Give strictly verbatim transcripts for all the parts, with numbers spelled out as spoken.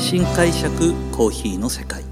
新解釈コーヒーの世界。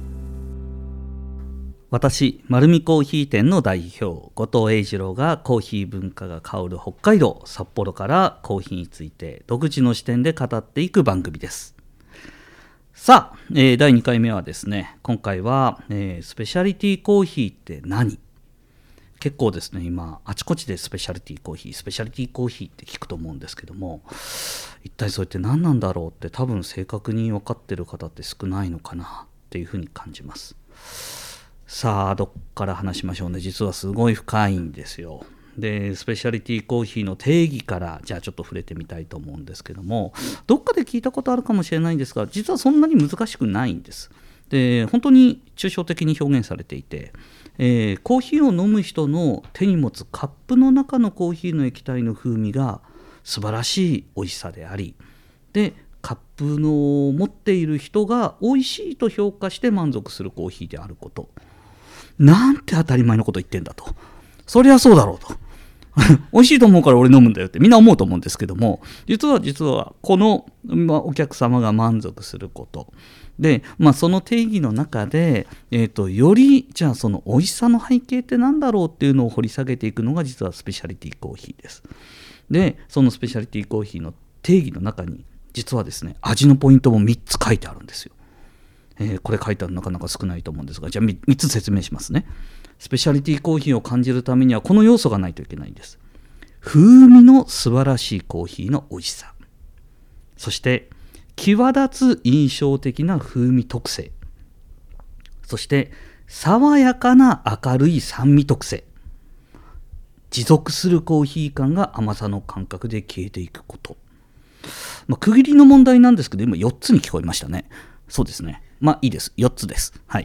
私、丸見コーヒー店の代表後藤英二郎がコーヒー文化が香る北海道札幌からコーヒーについて独自の視点で語っていく番組です。さあ、えー、だいにかいめはですね、今回は、えー、スペシャリティコーヒーって何？結構ですね、今あちこちでスペシャリティコーヒースペシャリティコーヒーって聞くと思うんですけども、一体それって何なんだろうって多分正確に分かってる方って少ないのかなっていうふうに感じます。さあ、どっから話しましょうね。実はすごい深いんですよ。で、スペシャリティコーヒーの定義からじゃあちょっと触れてみたいと思うんですけども、どっかで聞いたことあるかもしれないんですが、実はそんなに難しくないんです。で、本当に抽象的に表現されていて、えー、コーヒーを飲む人の手に持つカップの中のコーヒーの液体の風味が素晴らしい美味しさであり、でカップの持っている人が美味しいと評価して満足するコーヒーであること。なんて当たり前のこと言ってんだと。そりゃそうだろうと美味しいと思うから俺飲むんだよってみんな思うと思うんですけども、実は実はこの、まあ、お客様が満足することで、まあ、その定義の中で、えーと、よりじゃあその美味しさの背景って何だろうっていうのを掘り下げていくのが実はスペシャリティコーヒーです。で、そのスペシャリティコーヒーの定義の中に実はですね、味のポイントもみっつ書いてあるんですよ。えー、これ書いてあるのなかなか少ないと思うんですが、じゃあ みっつ説明しますね。スペシャリティコーヒーを感じるためにはこの要素がないといけないんです。風味の素晴らしいコーヒーの美味しさ、そして際立つ印象的な風味特性、そして爽やかな明るい酸味特性、持続するコーヒー感が甘さの感覚で消えていくこと。まあ、区切りの問題なんですけど、今よっつに聞こえましたね。そうですね。まあいいです。よっつです。はい。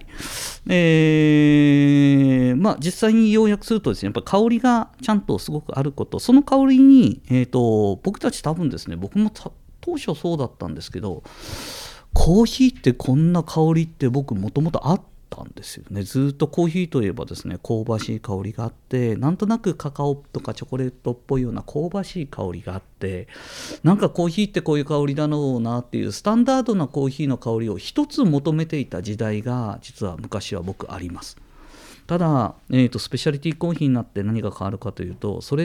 えー、まあ実際に要約するとですね、やっぱり香りがちゃんとすごくあること、その香りに、えーと、僕たち多分ですね、僕も当初そうだったんですけど、コーヒーってこんな香りって僕もともとあったんですよね。ずっとコーヒーといえばですね、香ばしい香りがあって、なんとなくカカオとかチョコレートっぽいような香ばしい香りがあって、なんかコーヒーってこういう香りだろうなっていうスタンダードなコーヒーの香りを一つ求めていた時代が実は昔は僕あります。ただ、えーと、スペシャリティコーヒーになって何が変わるかというと、それって、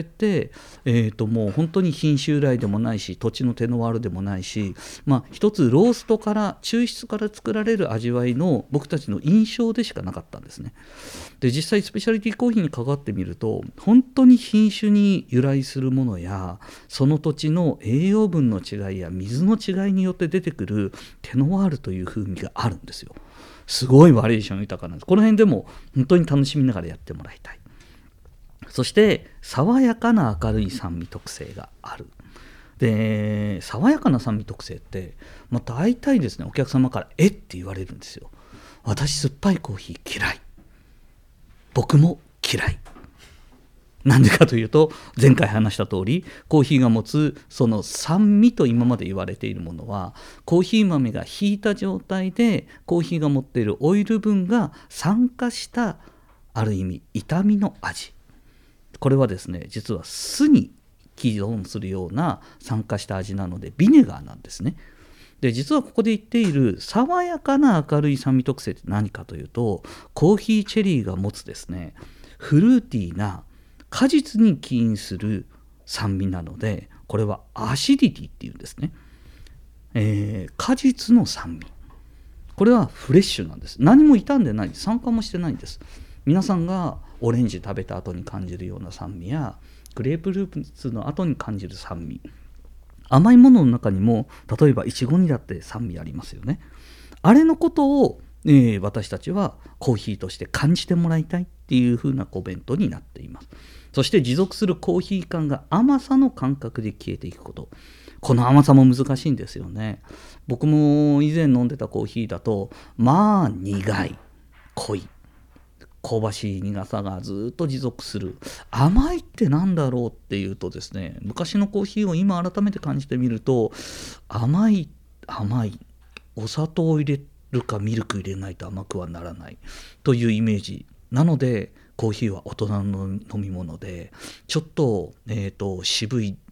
えーと、もう本当に品種由来でもないし、土地のテノワールでもないし、まあ、一つローストから抽出から作られる味わいの僕たちの印象でしかなかったんですね。で、実際スペシャリティコーヒーに関わってみると、本当に品種に由来するものや、その土地の栄養分の違いや水の違いによって出てくるテノワールという風味があるんですよ。すごいバリエーション豊かなんです。この辺でも本当に楽しみながらやってもらいたい。そして爽やかな明るい酸味特性がある。で、爽やかな酸味特性って、まあ、大体ですね、お客様からえって言われるんですよ。私酸っぱいコーヒー嫌い。僕も嫌い。なんでかというと、前回話した通り、コーヒーが持つその酸味と今まで言われているものは、コーヒー豆がひいた状態でコーヒーが持っているオイル分が酸化したある意味痛みの味。これはですね、実は酢に寄存するような酸化した味なのでビネガーなんですね。で、実はここで言っている爽やかな明るい酸味特性って何かというと、コーヒーチェリーが持つですね、フルーティーな果実に起因する酸味なので、これはアシディティっていうんですね。えー、果実の酸味。これはフレッシュなんです。何も傷んでない、酸化もしてないんです。皆さんがオレンジ食べた後に感じるような酸味や、グレープフルーツの後に感じる酸味。甘いものの中にも、例えばイチゴにだって酸味ありますよね。あれのことを、えー、私たちはコーヒーとして感じてもらいたいっていう風なコメントになっています。そして持続するコーヒー感が甘さの感覚で消えていくこと。この甘さも難しいんですよね。僕も以前飲んでたコーヒーだと、まあ苦い、濃い、香ばしい苦さがずっと持続する。甘いってなんだろうっていうとですね、昔のコーヒーを今改めて感じてみると、甘い甘いお砂糖を入れるかミルク入れないと甘くはならないというイメージなので、コーヒーは大人の飲み物でちょっと、えーと、渋い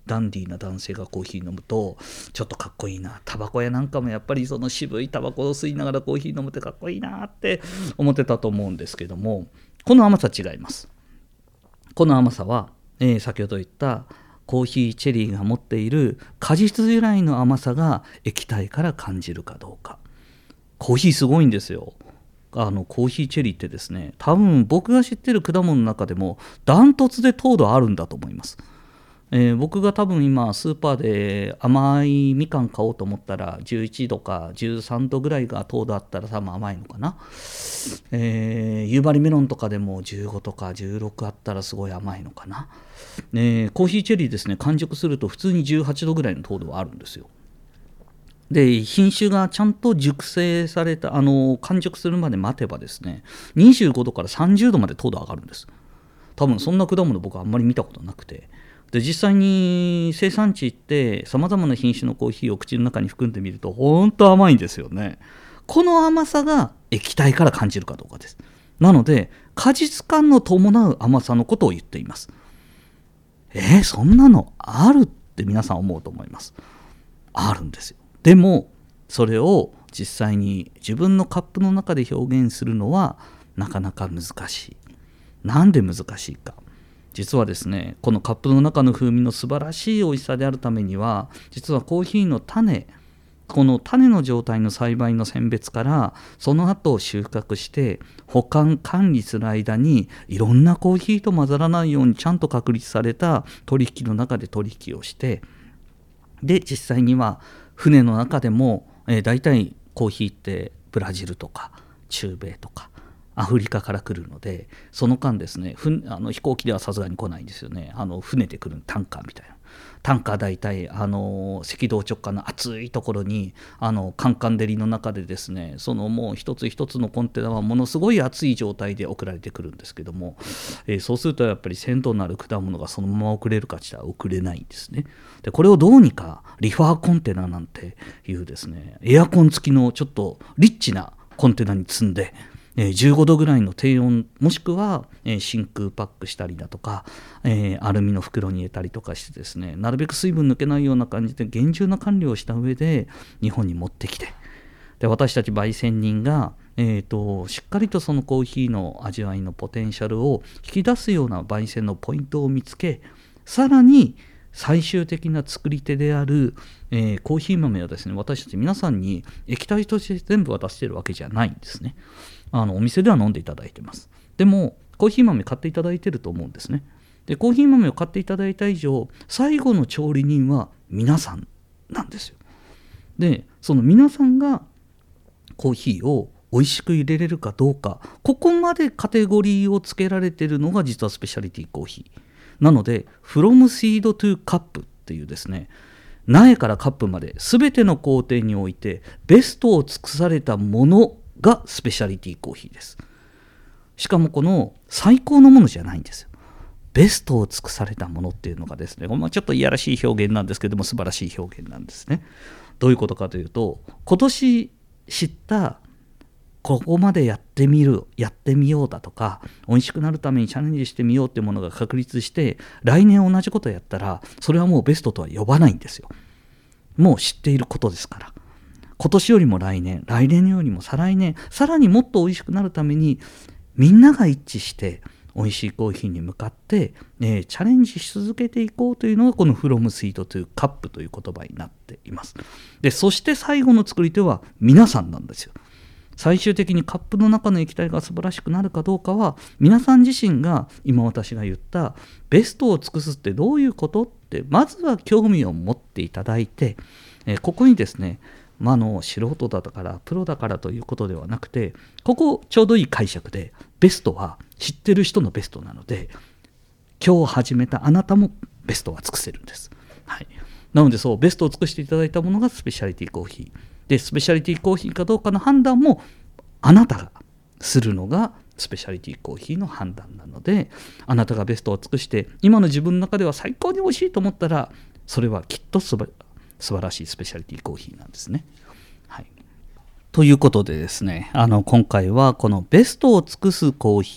ダンディーな男性がコーヒー飲むとちょっとかっこいいな、タバコ屋なんかもやっぱりその渋いタバコを吸いながらコーヒー飲むってかっこいいなって思ってたと思うんですけども、この甘さ違います。この甘さは、えー、先ほど言ったコーヒーチェリーが持っている果実由来の甘さが液体から感じるかどうか。コーヒーすごいんですよ。あのコーヒーチェリーってですね、多分僕が知ってる果物の中でもダントツで糖度あるんだと思います。えー、僕が多分今スーパーで甘いみかん買おうと思ったらじゅういちどかじゅうさんどぐらいが糖度あったら多分甘いのかな、えー、夕張メロンとかでもじゅうごとかじゅうろくあったらすごい甘いのかな、えー、コーヒーチェリーですね、完熟すると普通にじゅうはちどぐらいの糖度はあるんですよ。で品種がちゃんと熟成されたあの完熟するまで待てばですね、にじゅうごどからさんじゅうどまで糖度上がるんです。多分そんな果物僕はあんまり見たことなくて、で実際に生産地行ってさまざまな品種のコーヒーを口の中に含んでみると本当甘いんですよね。この甘さが液体から感じるかどうかです。なので果実感の伴う甘さのことを言っています。えー、そんなのあるって皆さん思うと思います。あるんですよ。でもそれを実際に自分のカップの中で表現するのはなかなか難しい。なんで難しいか。実はですね、このカップの中の風味の素晴らしい美味しさであるためには、実はコーヒーの種、この種の状態の栽培の選別からその後収穫して保管管理する間にいろんなコーヒーと混ざらないようにちゃんと確立された取引の中で取引をして、で実際には船の中でも、えー、大体コーヒーってブラジルとか中米とかアフリカから来るので、その間ですね、ふあの飛行機ではさすがに来ないんですよね。あの船で来るタンカーみたいな。タンカー大体あの赤道直下の暑いところにあのカンカン照りの中でですね、そのもう一つ一つのコンテナはものすごい暑い状態で送られてくるんですけども、えー、そうするとやっぱり鮮度のある果物がそのまま送れるかって言ったら送れないんですね。でこれをどうにかリファーコンテナなんていうですね、エアコン付きのちょっとリッチなコンテナに積んで、じゅうごどぐらいの低温もしくは真空パックしたりだとか、えー、アルミの袋に入れたりとかしてですね、なるべく水分抜けないような感じで厳重な管理をした上で日本に持ってきて、で私たち焙煎人が、えーと、しっかりとそのコーヒーの味わいのポテンシャルを引き出すような焙煎のポイントを見つけ、さらに最終的な作り手である、えー、コーヒー豆をですね、私たち皆さんに液体として全部渡しているわけじゃないんですね。あのお店では飲んでいただいてます。でもコーヒー豆買っていただいていると思うんですね。でコーヒー豆を買っていただいた以上、最後の調理人は皆さんなんですよ。でその皆さんがコーヒーを美味しく入れれるかどうか、ここまでカテゴリーをつけられているのが実はスペシャリティコーヒーなので、 From Seed to Cup っていうですね、苗からカップまで全ての工程においてベストを尽くされたものがスペシャリティコーヒーです。しかもこの最高のものじゃないんですよ。ベストを尽くされたものっていうのがですね、まあ、ちょっといやらしい表現なんですけども素晴らしい表現なんですね。どういうことかというと、今年知ったここまでやってみるやってみようだとか、美味しくなるためにチャレンジしてみようっていうものが確立して、来年同じことをやったらそれはもうベストとは呼ばないんですよ。もう知っていることですから。今年よりも来年、来年よりも再来年、さらにもっと美味しくなるためにみんなが一致して美味しいコーヒーに向かって、えー、チャレンジし続けていこうというのがこの From Seed to Cup という言葉になっています。でそして最後の作り手は皆さんなんですよ。最終的にカップの中の液体が素晴らしくなるかどうかは、皆さん自身が今私が言ったベストを尽くすってどういうことってまずは興味を持っていただいて、えー、ここにですね、まあ、あの素人だからプロだからということではなくて、ここちょうどいい解釈で、ベストは知ってる人のベストなので、今日始めたあなたもベストは尽くせるんです、はい、なのでそうベストを尽くしていただいたものがスペシャリティコーヒーで、スペシャリティコーヒーかどうかの判断もあなたがするのがスペシャリティコーヒーの判断なので、あなたがベストを尽くして今の自分の中では最高に美味しいと思ったら、それはきっとすば素晴らしいスペシャリティコーヒーなんですね、はい、ということでですね、あの今回はこのベストを尽くすコーヒー、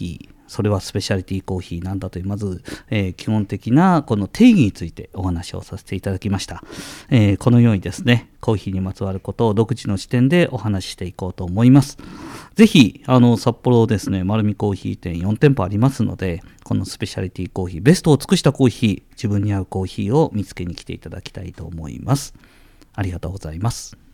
それはスペシャリティコーヒーなんだというまず、えー、基本的なこの定義についてお話をさせていただきました。えー、このようにですねコーヒーにまつわることを独自の視点でお話ししていこうと思います。ぜひあの札幌ですね丸見コーヒー店よん店舗ありますので、このスペシャリティコーヒーベストを尽くしたコーヒー、自分に合うコーヒーを見つけに来ていただきたいと思います。ありがとうございます。